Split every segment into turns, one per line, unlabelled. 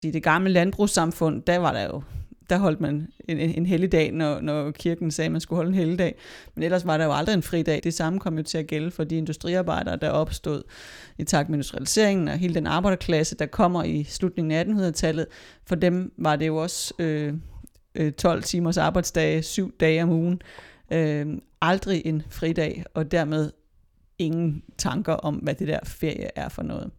I det gamle landbrugssamfund, der holdt man en helligdag, når kirken sagde, at man skulle holde en helligdag. Men ellers var der jo aldrig en fridag. Det samme kom jo til at gælde for de industriarbejdere, der opstod i takt med industrialiseringen, og hele den arbejderklasse, der kommer i slutningen af 1800-tallet. For dem var det jo også 12 timers arbejdsdage, 7 dage om ugen. Aldrig en fridag, og dermed ingen tanker om, hvad det der ferie er for noget.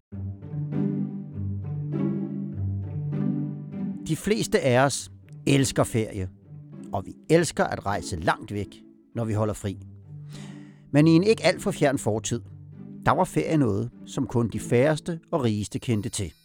De fleste af os elsker ferie, og vi elsker at rejse langt væk, når vi holder fri. Men i en ikke alt for fjern fortid, der var ferie noget, som kun de færreste og rigeste kendte til.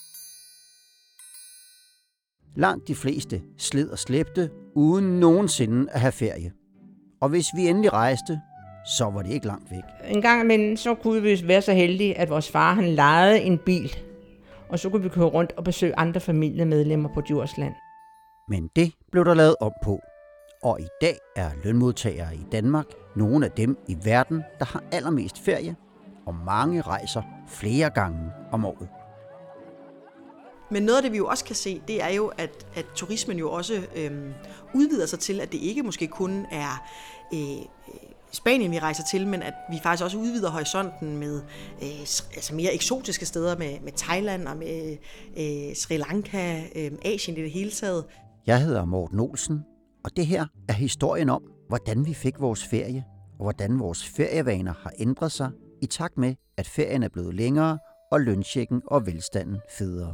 Langt de fleste sled og slæbte, uden nogensinde at have ferie. Og hvis vi endelig rejste, så var det ikke langt væk.
En gang imellem, så kunne vi være så heldige, at vores far han lejede en bil, og så kunne vi køre rundt og besøge andre familiemedlemmer på Djursland.
Men det blev der lavet om på, og i dag er lønmodtagere i Danmark nogle af dem i verden, der har allermest ferie, og mange rejser flere gange om året.
Men noget af det, vi jo også kan se, det er jo, at turismen jo også udvider sig til, at det ikke måske kun er Spanien, vi rejser til, men at vi faktisk også udvider horisonten med altså mere eksotiske steder, med Thailand og med Sri Lanka, Asien i det hele taget.
Jeg hedder Morten Olsen, og det her er historien om, hvordan vi fik vores ferie, og hvordan vores ferievaner har ændret sig i takt med, at ferien er blevet længere, og lønchecken og velstanden federe.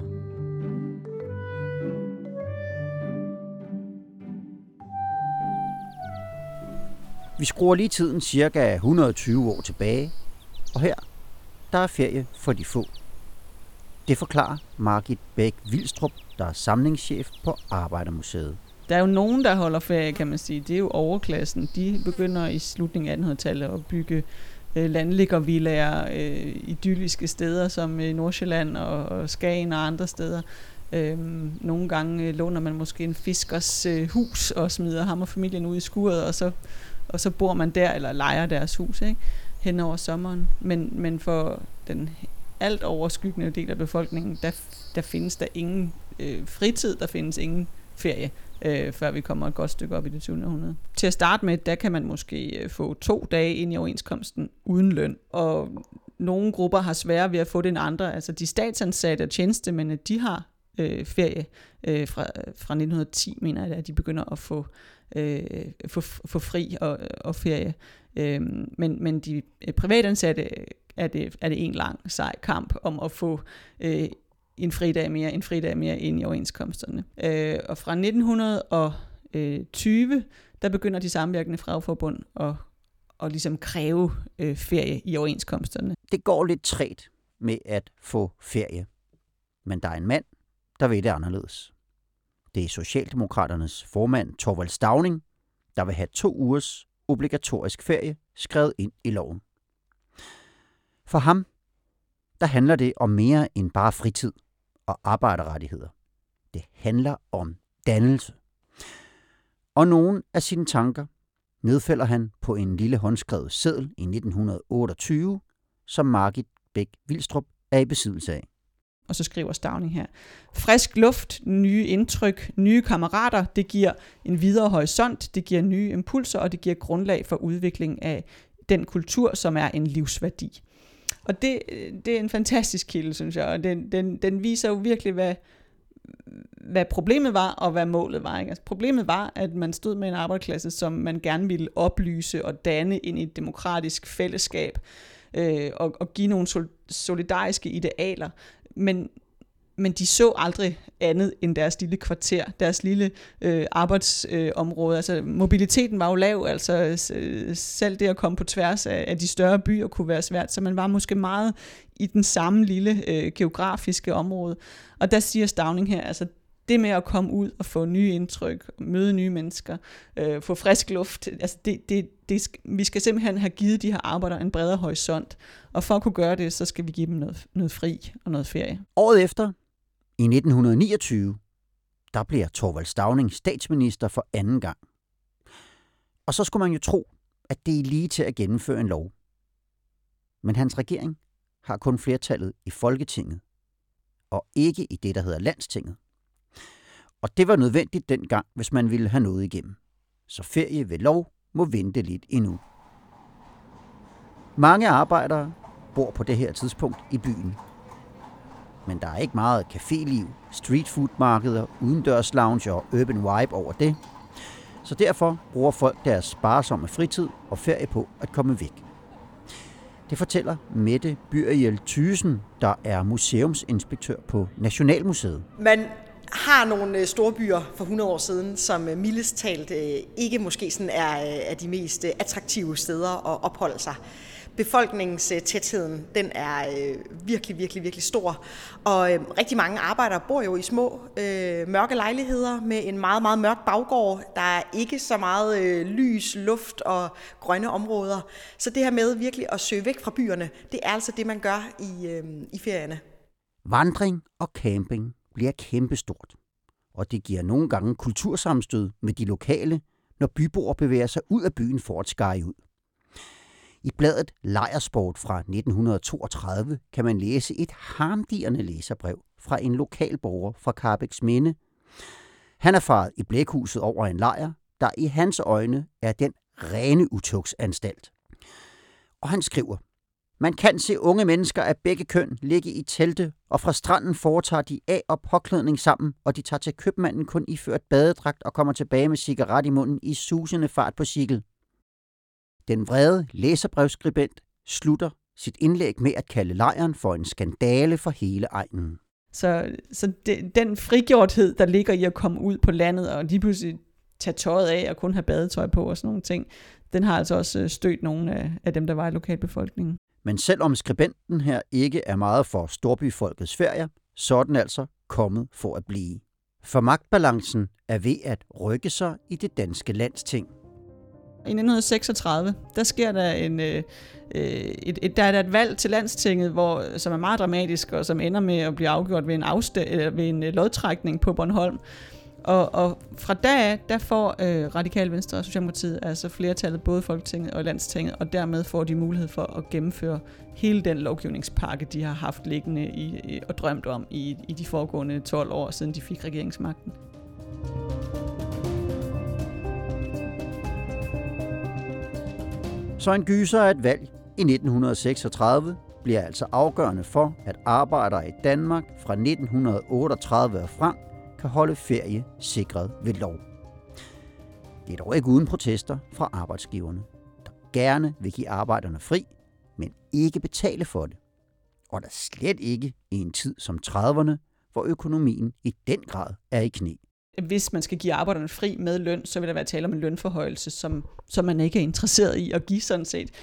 Vi skruer lige tiden ca. 120 år tilbage, og her der er ferie for de få. Det forklarer Margit Bech Vilstrup, der er samlingschef på Arbejdermuseet.
Der er jo nogen, der holder ferie, kan man sige. Det er jo overklassen. De begynder i slutningen af 1800-tallet at bygge landliggervillaer, idylliske steder som i Nordsjælland og Skagen og andre steder. Nogle gange låner man måske en fiskers hus og smider ham og familien ud i skuret, og så bor man der eller lejer deres hus, ikke? Hen over sommeren. Men for den alt overskyggende del af befolkningen, der findes der ingen fritid, der findes ingen ferie, før vi kommer et godt stykke op i det 20. århundrede. Til at starte med, der kan man måske få 2 dage ind i overenskomsten uden løn, og nogle grupper har sværere ved at få det end andre. Altså de statsansatte og tjenestemænd, de har ferie fra 1910, mener jeg, at de begynder at få fri og ferie. Men de privatansatte er det en lang sej kamp om at få en fridag mere ind i overenskomsterne. Og fra 1920, der begynder de samvirkende fagforbund at ligesom kræve ferie i overenskomsterne.
Det går lidt træt med at få ferie. Men der er en mand, der ved det anderledes. Det er Socialdemokraternes formand Thorvald Stauning, der vil have 2 ugers obligatorisk ferie skrevet ind i loven. For ham, der handler det om mere end bare fritid og arbejderrettigheder. Det handler om dannelse. Og nogle af sine tanker nedfælder han på en lille håndskrevet seddel i 1928, som Margit Bech Vilstrup er i besiddelse af.
Og så skriver Stauning her: frisk luft, nye indtryk, nye kammerater, det giver en videre horisont, det giver nye impulser, og det giver grundlag for udvikling af den kultur, som er en livsværdi. Og det er en fantastisk kilde, synes jeg, og den viser jo virkelig, hvad problemet var, og hvad målet var. Ikke? Altså, problemet var, at man stod med en arbejderklasse, som man gerne ville oplyse og danne ind i et demokratisk fællesskab, og give nogle solidariske idealer. Men de så aldrig andet end deres lille kvarter, deres lille arbejdsområde. Altså mobiliteten var jo lav, altså selv det at komme på tværs af de større byer kunne være svært, så man var måske meget i den samme lille geografiske område. Og der siger Stauning her, altså det med at komme ud og få nye indtryk, møde nye mennesker, få frisk luft, altså vi skal simpelthen have givet de her arbejdere en bredere horisont, og for at kunne gøre det, så skal vi give dem noget fri og noget ferie.
Året efter, i 1929, der bliver Thorvald Stauning statsminister for anden gang. Og så skulle man jo tro, at det er lige til at gennemføre en lov. Men hans regering har kun flertallet i Folketinget. og ikke i det, der hedder Landstinget. Og det var nødvendigt dengang, hvis man ville have noget igennem. Så ferie ved lov må vente lidt endnu. Mange arbejdere bor på det her tidspunkt i byen. Men der er ikke meget caféliv, streetfoodmarkeder, udendørslounge og urban vibe over det. Så derfor bruger folk deres sparsomme fritid og ferie på at komme væk. Det fortæller Mette Byriel Thyssen, der er museumsinspektør på Nationalmuseet.
Man har nogle storbyer for 100 år siden, som mildest talt ikke måske sådan er de mest attraktive steder at opholde sig. Befolkningstætheden, den er virkelig stor, og rigtig mange arbejdere bor jo i små mørke lejligheder med en meget, meget mørk baggård. Der er ikke så meget lys, luft og grønne områder. Så det her med virkelig at søge væk fra byerne, det er altså det, man gør i ferierne.
Vandring og camping bliver kæmpestort, og det giver nogle gange kultursammenstød med de lokale, når byboere bevæger sig ud af byen for at skære ud. I bladet Lejrsport fra 1932 kan man læse et harmdirrende læserbrev fra en lokal borger fra Karrebæksminde. Han er faret i blækhuset over en lejr, der i hans øjne er den rene utugtsanstalt. Og han skriver: Man kan se unge mennesker af begge køn ligge i telte, og fra stranden foretager de af- og påklædning sammen, og de tager til købmanden kun iført badedragt og kommer tilbage med cigaret i munden i susende fart på cykel. Den vrede læserbrevsskribent slutter sit indlæg med at kalde lejren for en skandale for hele egnen.
Så den frigjorthed, der ligger i at komme ud på landet og lige pludselig tage tøjet af og kun have badetøj på og sådan nogle ting, den har altså også stødt nogle af dem, der var i lokalbefolkningen.
Men selvom skribenten her ikke er meget for storbyfolkets ferier, så er den altså kommet for at blive. For magtbalancen er ved at rykke sig i det danske Landsting.
I 1936, der sker der der er et valg til Landstinget, som er meget dramatisk, og som ender med at blive afgjort ved en lodtrækning på Bornholm. Og fra da af, der får Radikale Venstre og Socialdemokratiet altså flertallet både Folketinget og Landstinget, og dermed får de mulighed for at gennemføre hele den lovgivningspakke, de har haft liggende og drømt om i de foregående 12 år, siden de fik regeringsmagten.
Så en gyser af et valg i 1936 bliver altså afgørende for, at arbejdere i Danmark fra 1938 og frem kan holde ferie sikret ved lov. Det er dog ikke uden protester fra arbejdsgiverne, der gerne vil give arbejderne fri, men ikke betale for det. Og der slet ikke i en tid som 30'erne, hvor økonomien i den grad er i knæ.
Hvis man skal give arbejderne fri med løn, så vil der være tale om en lønforhøjelse, som man ikke er interesseret i at give sådan set.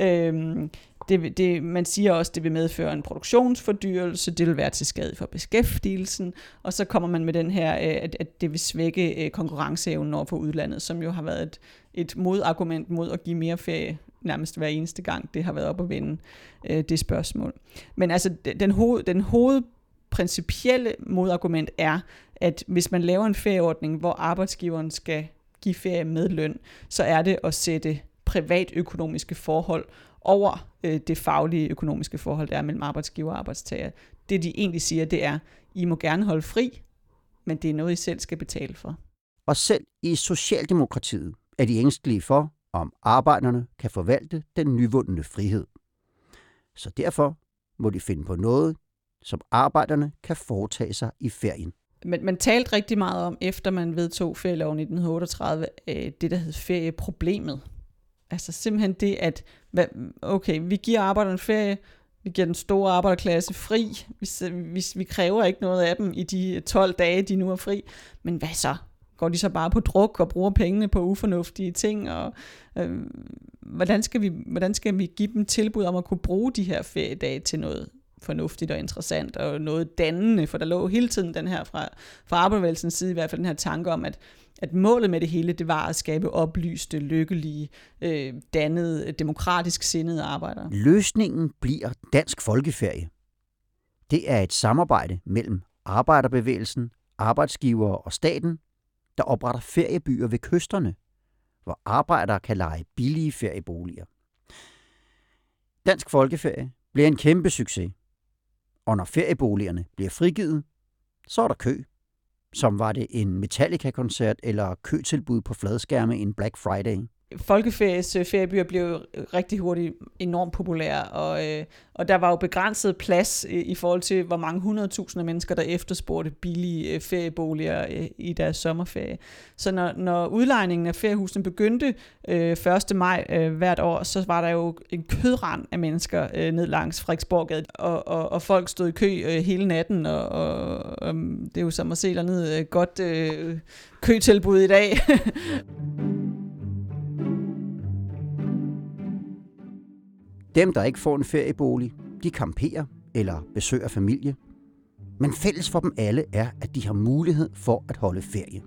Man siger også, at det vil medføre en produktionsfordyrelse, det vil være til skade for beskæftigelsen, og så kommer man med den her, at det vil svække konkurrenceevnen over for udlandet, som jo har været et modargument mod at give mere ferie nærmest hver eneste gang, det har været op at vende det spørgsmål. Men altså, den hovedprincipielle modargument er, at hvis man laver en ferieordning, hvor arbejdsgiveren skal give ferie med løn, så er det at sætte privatøkonomiske forhold over det faglige økonomiske forhold, der er mellem arbejdsgiver og arbejdstager. Det de egentlig siger, det er, I må gerne holde fri, men det er noget, I selv skal betale for.
Og selv i Socialdemokratiet er de ængstelige for, om arbejderne kan forvalte den nyvundne frihed. Så derfor må de finde på noget, som arbejderne kan foretage sig i ferien.
Men man talte rigtig meget om, efter man vedtog ferieloven i 1938, det der hed ferieproblemet. Altså simpelthen det, at okay, vi giver arbejderne ferie, vi giver den store arbejderklasse fri, vi kræver ikke noget af dem i de 12 dage, de nu er fri, men hvad så? Går de så bare på druk og bruger pengene på ufornuftige ting? Og hvordan skal vi give dem tilbud om at kunne bruge de her feriedage til noget fornuftigt og interessant og noget dannende? For der lå hele tiden den her fra arbejderbevægelsens side i hvert fald den her tanke om, at målet med det hele, det var at skabe oplyste, lykkelige, dannede, demokratisk sindede arbejdere.
Løsningen bliver dansk folkeferie. Det er et samarbejde mellem arbejderbevægelsen, arbejdsgivere og staten, der opretter feriebyer ved kysterne, hvor arbejdere kan leje billige ferieboliger. Dansk folkeferie bliver en kæmpe succes, Og når ferieboligerne bliver frigivet, så er der kø. Som var det en Metallica-koncert eller køtilbud på fladskærme en Black Friday.
Folkeferies feriebyer blev jo rigtig hurtigt enormt populære, og der var jo begrænset plads i forhold til, hvor mange 100.000 mennesker, der efterspurgte billige ferieboliger i deres sommerferie. Så når udlejningen af feriehusene begyndte 1. maj hvert år, så var der jo en kødrand af mennesker ned langs Frederiksborggade, og folk stod i kø hele natten, og det er jo som at se dernede godt køtilbud i dag.
Dem, der ikke får en feriebolig, de camperer eller besøger familie. Men fælles for dem alle er, at de har mulighed for at holde ferie.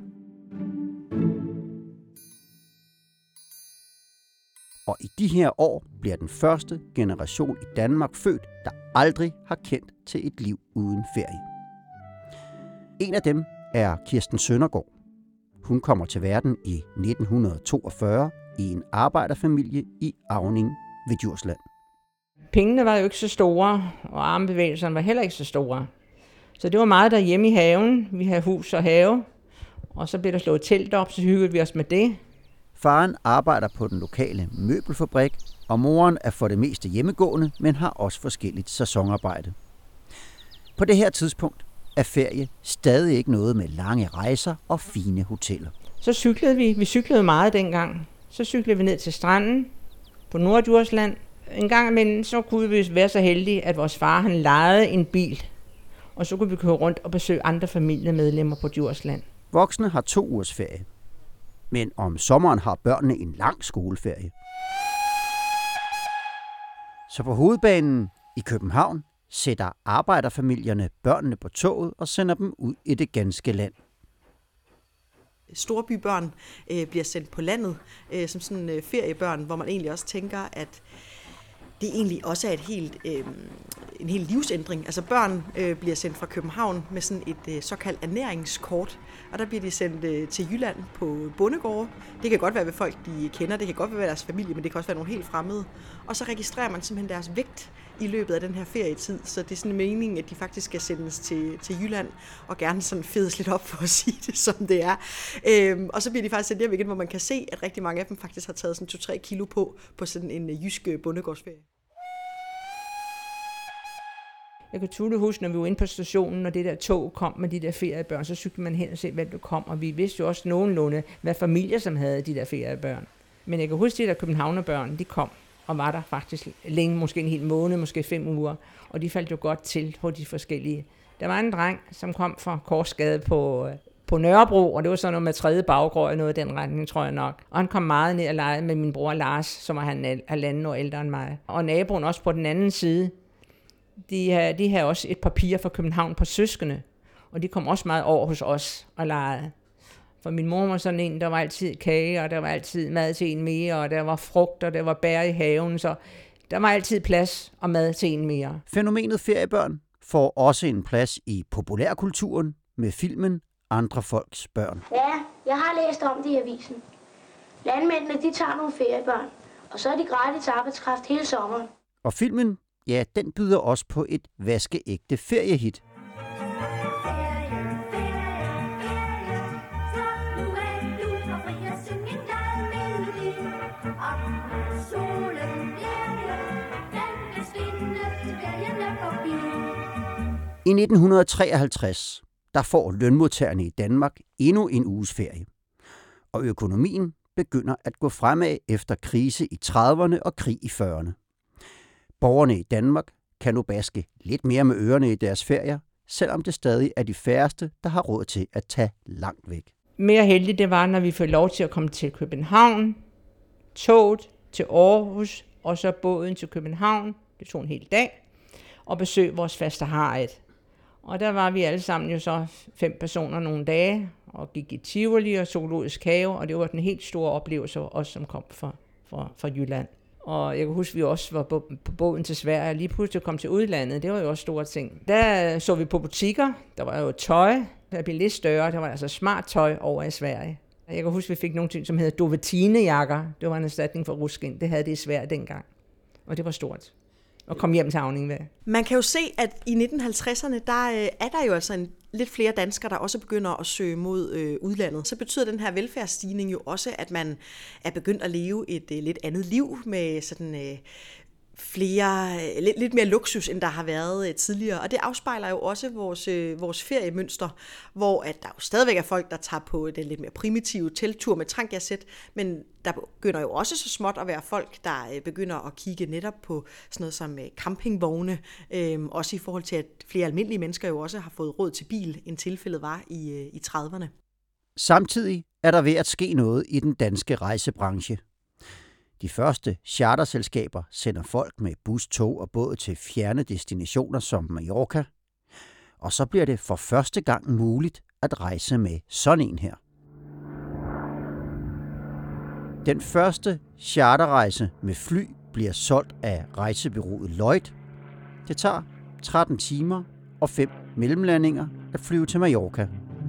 Og i de her år bliver den første generation i Danmark født, der aldrig har kendt til et liv uden ferie. En af dem er Kirsten Søndergaard. Hun kommer til verden i 1942 i en arbejderfamilie i Auning ved Djursland.
Pengene var jo ikke så store, og armbevægelserne var heller ikke så store. Så det var meget derhjemme i haven. Vi havde hus og have, og så blev der slået telt op, så hyggede vi os med det.
Faren arbejder på den lokale møbelfabrik, og moren er for det meste hjemmegående, men har også forskelligt sæsonarbejde. På det her tidspunkt er ferie stadig ikke noget med lange rejser og fine hoteller.
Så cyklede vi. Vi cyklede meget dengang. Så cyklede vi ned til stranden på Norddjursland. En gang imellem, så kunne vi være så heldige, at vores far han lejede en bil, og så kunne vi køre rundt og besøge andre familiemedlemmer på Djursland.
Voksne har 2 ugers ferie, men om sommeren har børnene en lang skoleferie. Så på hovedbanen i København sætter arbejderfamilierne børnene på toget og sender dem ud i det ganske land.
Storbybørn bliver sendt på landet som sådan feriebørn, hvor man egentlig også tænker, at det egentlig også er en hel livsændring. Altså børn bliver sendt fra København med sådan et såkaldt ernæringskort, og der bliver de sendt til Jylland på bondegårde. Det kan godt være ved folk, de kender, det kan godt være ved deres familie, men det kan også være nogle helt fremmede. Og så registrerer man simpelthen deres vægt i løbet af den her ferietid, så det er sådan en mening, at de faktisk skal sendes til Jylland, og gerne sådan fedes lidt op for at sige det, som det er. Og så bliver de faktisk sendt hjem igen, hvor man kan se, at rigtig mange af dem faktisk har taget sådan 2-3 kilo på sådan en jysk bondegårdsferie.
Jeg kan tydeligt huske, når vi var inde på stationen, når det der tog kom med de der feriebørn, så cyklede man hen og se, hvem der kom, og vi vidste jo også nogenlunde, hvad familier, som havde de der feriebørn. Men jeg kan huske, at de der københavnerbørn, de kom og var der faktisk længe, måske en hel måned, måske 5 uger, og de faldt jo godt til på de forskellige. Der var en dreng, som kom fra Korsgade på Nørrebro, og det var sådan noget med 3. baggråd, noget i den retning, tror jeg nok. Og han kom meget ned og legede med min bror Lars, som var han 1,5 år ældre end mig. Og naboen også på den anden side, de havde også et papir fra København på søskende, og de kom også meget over hos os og legede. For min mor var sådan en, der var altid kage, og der var altid mad til en mere, og der var frugt, og der var bær i haven, så der var altid plads og mad til en mere.
Fænomenet feriebørn får også en plads i populærkulturen med filmen Andre folks børn.
Ja, jeg har læst om det i avisen. Landmændene, de tager nogle feriebørn, og så er de gratis arbejdskraft hele sommeren.
Og filmen, ja, den byder også på et vaskeægte feriehit. I 1953, der får lønmodtagerne i Danmark endnu en uges ferie. Og økonomien begynder at gå fremad efter krise i 30'erne og krig i 40'erne. Borgerne i Danmark kan nu baske lidt mere med ørerne i deres ferier, selvom det stadig er de færreste, der har råd til at tage langt væk.
Mere heldigt det var, når vi fik lov til at komme til København, toget til Aarhus, og så båden til København, det tog en hel dag, og besøge vores faster Harriet. Og der var vi alle sammen jo så 5 personer nogle dage, og gik i Tivoli og zoologisk have, og det var den helt store oplevelse for os, som kom fra Jylland. Og jeg kan huske, at vi også var på båden til Sverige, og lige pludselig kom til udlandet. Det var jo også store ting. Der så vi på butikker. Der var jo tøj, der blev lidt større. Der var altså smart tøj over i Sverige. Jeg kan huske, at vi fik nogle ting, som hedder Dovetine-jakker. Det var en erstatning for ruskin. Det havde det i Sverige dengang. Og det var stort. og komme hjem til Auning.
Man kan jo se, at i 1950'erne, der er der jo altså lidt flere danskere, der også begynder at søge mod udlandet. Så betyder den her velfærdsstigning jo også, at man er begyndt at leve et lidt andet liv med sådan lidt mere luksus, end der har været tidligere. Og det afspejler jo også vores feriemønster, hvor at der jo stadigvæk er folk, der tager på den lidt mere primitive telttur med tankjasæt, men der begynder jo også så småt at være folk, der begynder at kigge netop på sådan noget som campingvogne, også i forhold til, at flere almindelige mennesker jo også har fået råd til bil, end tilfældet var i 30'erne.
Samtidig er der ved at ske noget i den danske rejsebranche. De første charterselskaber sender folk med bus, tog og båd til fjerne destinationer som Mallorca. Og så bliver det for første gang muligt at rejse med sådan en her. Den første charterrejse med fly bliver solgt af rejsebureauet Lloyd. Det tager 13 timer og 5 mellemlandinger at flyve til Mallorca.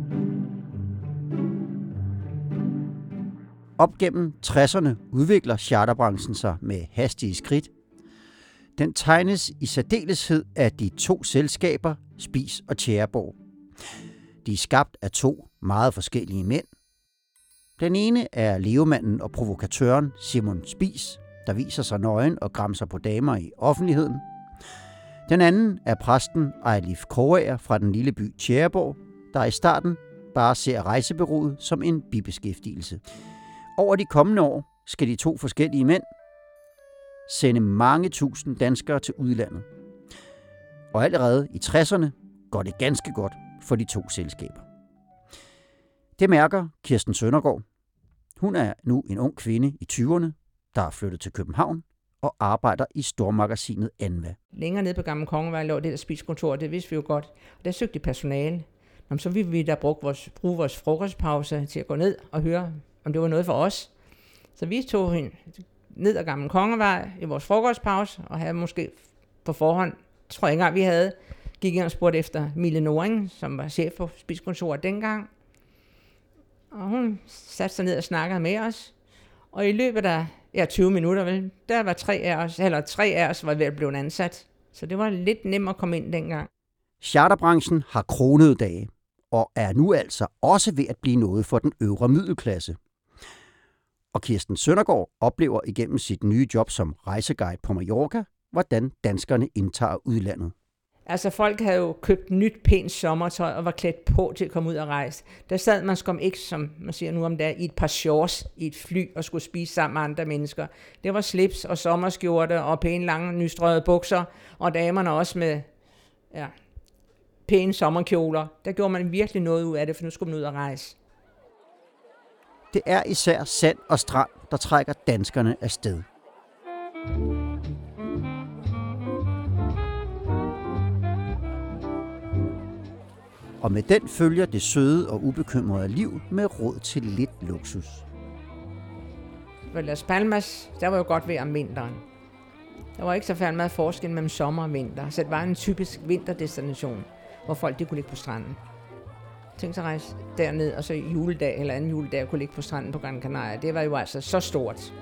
Op gennem 60'erne udvikler charterbranchen sig med hastige skridt. Den tegnes i særdeleshed af de 2 selskaber, Spies og Tjæreborg. De er skabt af 2 meget forskellige mænd. Den ene er levemanden og provokatøren Simon Spies, der viser sig nøgen og gramser på damer i offentligheden. Den anden er præsten Eilif Krogager fra den lille by Tjæreborg, der i starten bare ser rejsebureauet som en bibeskæftigelse. Over de kommende år skal de 2 forskellige mænd sende mange tusind danskere til udlandet. Og allerede i 60'erne går det ganske godt for de 2 selskaber. Det mærker Kirsten Søndergaard. Hun er nu en ung kvinde i 20'erne, der er flyttet til København og arbejder i stormagasinet Anva.
Længere nede på Gamle Kongevej lå det der spiskontor, det vidste vi jo godt. Der søgte de personale. Så ville vi da bruge vores frokostpause til at gå ned og høre, om det var noget for os. Så vi tog hende ned ad Gamle Kongevej i vores frokostpause, og havde måske på forhånd, tror jeg ikke engang vi havde, gik ind og spurgte efter Mille Noring, som var chef på spiskontoret dengang. Og hun satte sig ned og snakkede med os. Og i løbet af 20 minutter, der var 3 af os var ved at blive ansat. Så det var lidt nemt at komme ind dengang.
Charterbranchen har kronede dage, og er nu altså også ved at blive noget for den øvre middelklasse. Og Kirsten Søndergaard oplever igennem sit nye job som rejseguide på Mallorca, hvordan danskerne indtager udlandet.
Altså folk havde jo købt nyt pænt sommertøj og var klædt på til at komme ud og rejse. Der sad man skom ikke, som man siger nu om dagen, i et par shorts i et fly og skulle spise sammen med andre mennesker. Det var slips og sommerskjorte og pæne lange nystrøgede bukser, og damerne også med pæne sommerkjoler. Der gjorde man virkelig noget ud af det, for nu skulle man ud og rejse.
Det er især sand og strand, der trækker danskerne afsted. Og med den følger det søde og ubekymrede liv med råd til lidt luksus.
Ved Las Palmas, der var jo godt vejr om vinteren. Der var ikke så færdig meget forskel mellem sommer og vinter, så det var en typisk vinterdestination, hvor folk de kunne ligge på stranden. Tænk sig at rejse derned, og så juledag eller anden juledag kunne ligge på stranden på Gran Canaria. Det var jo altså så stort.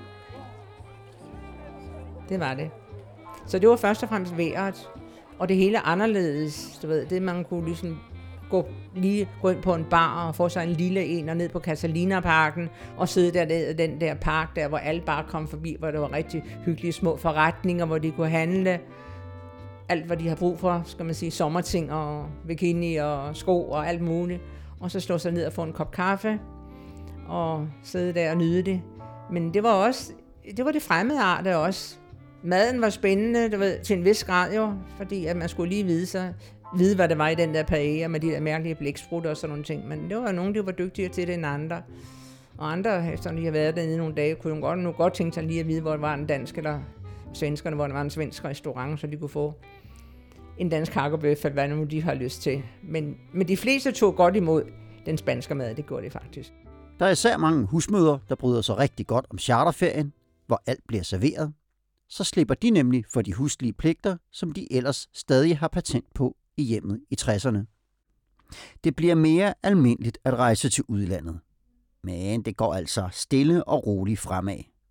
Det var det. Så det var først og fremmest vejret, og det hele anderledes. Du ved, det man kunne ligesom gå ind på en bar og få sig en lille en og ned på Catalina-parken og sidde der i den der park der, hvor alle bare kom forbi, hvor der var rigtig hyggelige små forretninger, hvor de kunne handle alt, hvad de har brug for, skal man sige, sommerting og bikini og sko og alt muligt. Og så slå sig ned og få en kop kaffe og sidde der og nyde det. Men det var det fremmede arte også. Maden var spændende, du ved, til en vis grad jo, fordi at man skulle lige vide, hvad det var i den der paella med de der mærkelige blæksprutter og sådan nogle ting. Men det var nogen, der var dygtigere til det end andre. Og andre, efter de har været dernede nogle dage, kunne jo godt tænke sig lige at vide, hvor det var en dansk eller svenskerne, hvor der var en svensk restaurant, så de kunne få en dansk hakkebøf, eller hvad nu de har lyst til. Men de fleste tog godt imod den spanske mad, det gjorde de faktisk.
Der er især mange husmødre, der bryder sig rigtig godt om charterferien, hvor alt bliver serveret. Så slipper de nemlig for de huslige pligter, som de ellers stadig har patent på i hjemmet i 60'erne. Det bliver mere almindeligt at rejse til udlandet. Men det går altså stille og roligt fremad.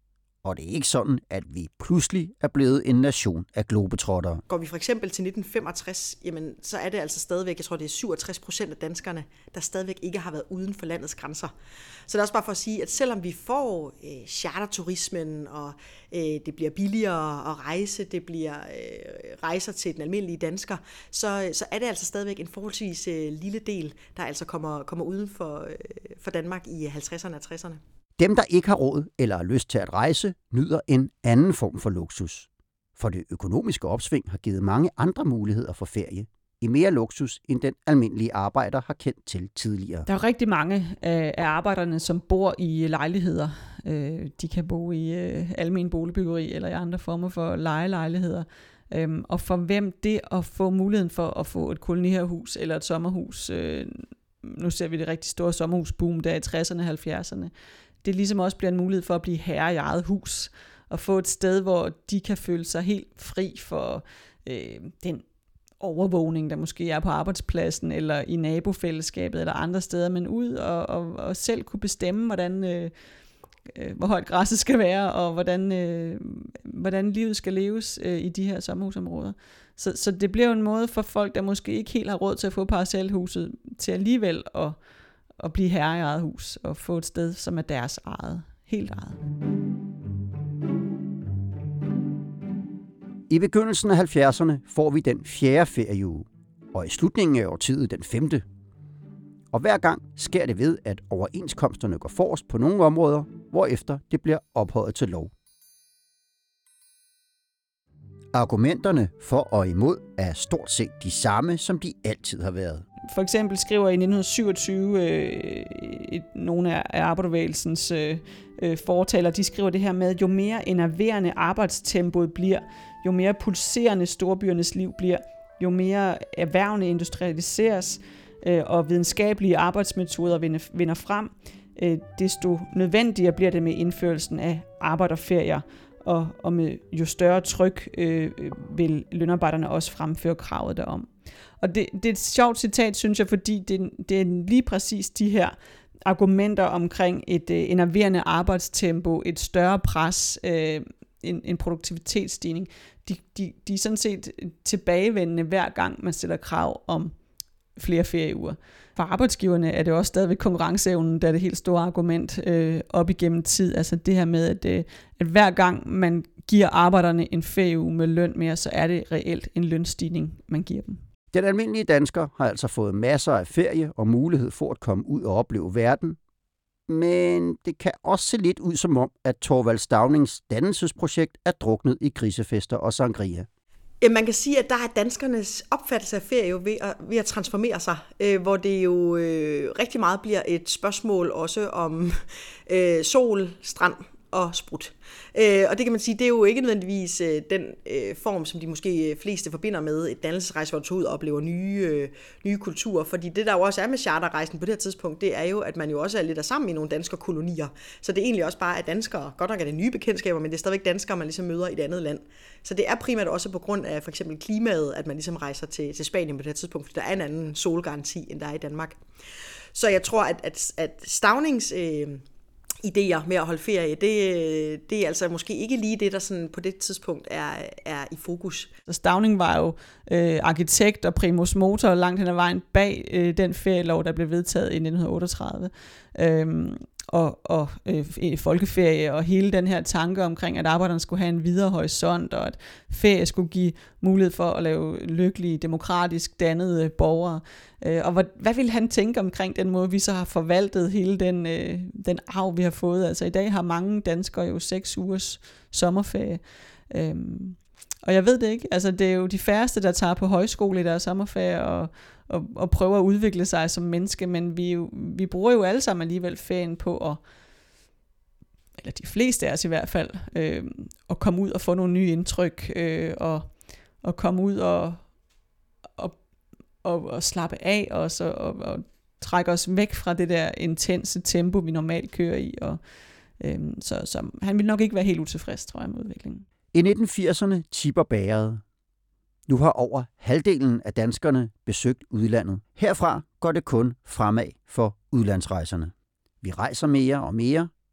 Og det er ikke sådan, at vi pludselig er blevet en nation af globetrottere.
Går vi for eksempel til 1965, jamen, så er det altså stadigvæk, jeg tror det er 67% af danskerne, der stadigvæk ikke har været uden for landets grænser. Så det er også bare for at sige, at selvom vi får charterturismen, og det bliver billigere at rejse, det bliver rejser til den almindelige dansker, så er det altså stadigvæk en forholdsvis lille del, der altså kommer uden for Danmark i 50'erne og 60'erne.
Dem, der ikke har råd eller har lyst til at rejse, nyder en anden form for luksus. For det økonomiske opsving har givet mange andre muligheder for ferie. I mere luksus, end den almindelige arbejder har kendt til tidligere.
Der er rigtig mange af arbejderne, som bor i lejligheder. De kan bo i almen boligbyggeri eller i andre former for lejelejligheder. Og for hvem det at få muligheden for at få et kolonihavehus eller et sommerhus, nu ser vi det rigtig store sommerhusboom der i 60'erne og 70'erne, det ligesom også bliver en mulighed for at blive herre i eget hus, og få et sted, hvor de kan føle sig helt fri for den overvågning, der måske er på arbejdspladsen, eller i nabofællesskabet, eller andre steder, men ud og selv kunne bestemme, hvor højt græsset skal være, og hvordan livet skal leves i de her sommerhusområder. Så det bliver jo en måde for folk, der måske ikke helt har råd til at få parcelhuset, til alligevel at blive herre i eget hus, og få et sted, som er deres eget, helt eget.
I begyndelsen af 70'erne får vi den 4. ferieuge, og i slutningen af årtiet den 5. Og hver gang sker det ved, at overenskomsterne går forrest på nogle områder, hvorefter det bliver ophøjet til lov. Argumenterne for og imod er stort set de samme, som de altid har været.
For eksempel skriver i 1927 nogle af arbejderbevægelsens fortalere, de skriver det her med, jo mere enerverende arbejdstempoet bliver, jo mere pulserende storbyernes liv bliver, jo mere erhvervene industrialiseres, og videnskabelige arbejdsmetoder vinder frem, desto nødvendigere bliver det med indførelsen af arbejderferier, og med jo større tryk vil lønarbejderne også fremføre kravet derom. Og det er et sjovt citat, synes jeg, fordi det er lige præcis de her argumenter omkring et enerverende arbejdstempo, et større pres, en produktivitetsstigning. De er sådan set tilbagevendende hver gang, man stiller krav om flere ferieuger. For arbejdsgiverne er det også stadigvæk konkurrenceevnen, der er det helt store argument op igennem tid. Altså det her med, at hver gang man giver arbejderne en ferieuge med løn mere, så er det reelt en lønstigning, man giver dem.
Den almindelige dansker har altså fået masser af ferie og mulighed for at komme ud og opleve verden. Men det kan også se lidt ud som om, at Thorvald Staunings dannelsesprojekt er druknet i grisefester og sangria.
Man kan sige, at der er danskernes opfattelse af ferie jo ved at transformere sig, hvor det jo rigtig meget bliver et spørgsmål også om sol, strand og sprut. Og det kan man sige, det er jo ikke nødvendigvis den form, som de måske fleste forbinder med et dannelsesrejse, hvor du tager ud og oplever nye kulturer. Fordi det, der jo også er med charterrejsen på det her tidspunkt, det er jo, at man jo også er lidt sammen i nogle danske kolonier. Så det er egentlig også bare, at danskere, godt nok er det nye bekendtskaber, men det er stadigvæk danskere, man ligesom møder i et andet land. Så det er primært også på grund af for eksempel klimaet, at man ligesom rejser til Spanien på det her tidspunkt, fordi der er en anden solgaranti, end der er i Danmark. Så jeg tror, at Staunings idéer med at holde ferie, det er altså måske ikke lige det, der sådan på det tidspunkt er i fokus.
Så Stauning var jo arkitekt og primus motor langt hen ad vejen bag den ferielov, der blev vedtaget i 1938. Og folkeferie og hele den her tanke omkring, at arbejderne skulle have en videre horisont, og at ferie skulle give mulighed for at lave lykkelige, demokratisk dannede borgere. Og hvad ville han tænke omkring den måde, vi så har forvaltet hele den arv, vi har fået? Altså i dag har mange danskere jo 6 ugers sommerferie. Og jeg ved det ikke, altså det er jo de færreste, der tager på højskole i deres sommerferie og prøver at udvikle sig som menneske, men vi bruger jo alle sammen alligevel ferien på eller de fleste af os i hvert fald, at komme ud og få nogle nye indtryk, og komme ud og slappe af os, og trække os væk fra det der intense tempo, vi normalt kører i. Så han vil nok ikke være helt utilfreds, tror jeg, med udviklingen.
I 1980'erne tipper bægeret. Nu har over halvdelen af danskerne besøgt udlandet. Herfra går det kun fremad for udlandsrejserne. Vi rejser mere og mere,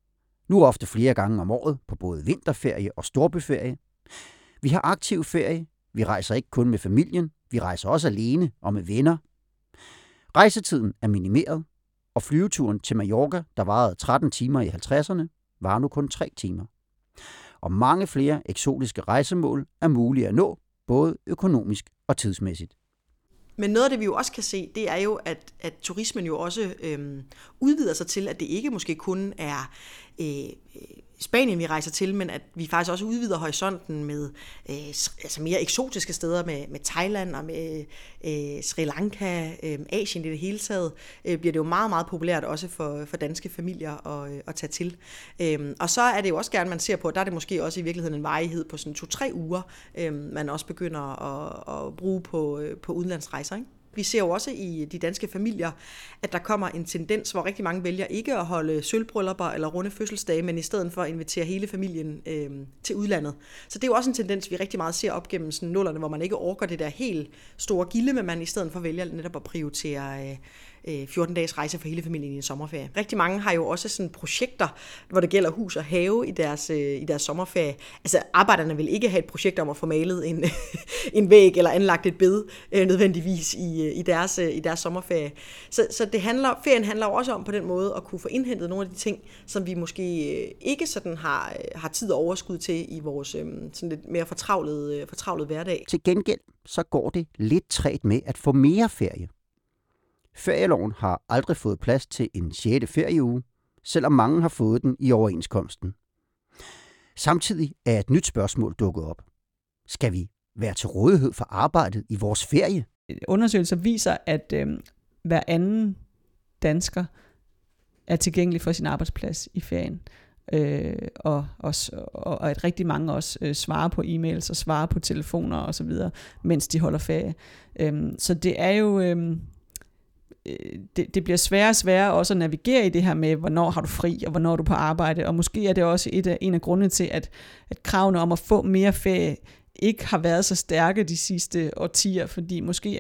Nu ofte flere gange om året på både vinterferie og storbyferie. Vi har aktiv ferie. Vi rejser ikke kun med familien, vi rejser også alene og med venner. Rejsetiden er minimeret, og flyveturen til Mallorca, der varede 13 timer i 50'erne, var nu kun 3 timer. Og mange flere eksotiske rejsemål er mulige at nå, både økonomisk og tidsmæssigt.
Men noget af det, vi jo også kan se, det er jo, at turismen jo også udvider sig til, at det ikke måske kun er Spanien, vi rejser til, men at vi faktisk også udvider horisonten med altså mere eksotiske steder, med Thailand og med Sri Lanka, Asien i det hele taget, bliver det jo meget, meget populært også for danske familier at tage til. Og så er det jo også gerne, man ser på, der er det måske også i virkeligheden en varighed på sådan 2-3 uger, man også begynder at bruge på udenlandsrejser, ikke? Vi ser jo også i de danske familier, at der kommer en tendens, hvor rigtig mange vælger ikke at holde sølvbryllupper eller runde fødselsdage, men i stedet for at invitere hele familien til udlandet. Så det er jo også en tendens, vi rigtig meget ser op gennem sådan nullerne, hvor man ikke orker det der helt store gilde, men man i stedet for vælger netop at prioritere 14 dages rejse for hele familien i en sommerferie. Rigtig mange har jo også sådan projekter, hvor det gælder hus og have i deres sommerferie. Altså arbejderne vil ikke have et projekt om at få malet en væg eller anlagt et bed nødvendigvis i deres sommerferie. Så ferien handler også om på den måde at kunne få indhentet nogle af de ting, som vi måske ikke sådan har tid og overskud til i vores sådan lidt mere fortravlede hverdag.
Til gengæld så går det lidt træt med at få mere ferie. Ferieloven har aldrig fået plads til en 6. ferieuge, selvom mange har fået den i overenskomsten. Samtidig er et nyt spørgsmål dukket op. Skal vi være til rådighed for arbejdet i vores ferie?
Undersøgelser viser, at hver anden dansker er tilgængelig for sin arbejdsplads i ferien. Og at rigtig mange også svarer på e-mails og svarer på telefoner og så videre, mens de holder ferie. Så det er jo... Det bliver sværere og sværere også at navigere i det her med, hvornår har du fri, og hvornår er du på arbejde, og måske er det også en af grundene til, at kravene om at få mere ferie ikke har været så stærke de sidste årtier, fordi måske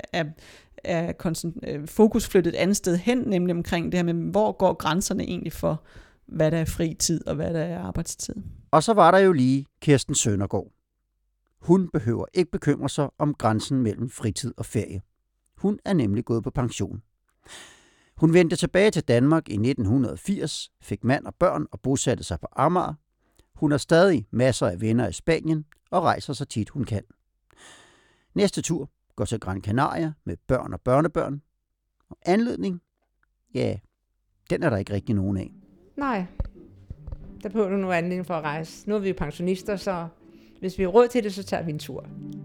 er fokus flyttet et andet sted hen, nemlig omkring det her med, hvor går grænserne egentlig for, hvad der er fri tid, og hvad der er arbejdstid.
Og så var der jo lige Kirsten Søndergaard. Hun behøver ikke bekymre sig om grænsen mellem fritid og ferie. Hun er nemlig gået på pension. Hun vendte tilbage til Danmark i 1980, fik mand og børn og bosatte sig på Amager. Hun har stadig masser af venner i Spanien og rejser så tit hun kan. Næste tur går til Gran Canaria med børn og børnebørn. Og anledning? Ja, den er der ikke rigtig nogen af.
Nej, der behøver du nu anledning for at rejse. Nu er vi jo pensionister, så hvis vi har råd til det, så tager vi en tur.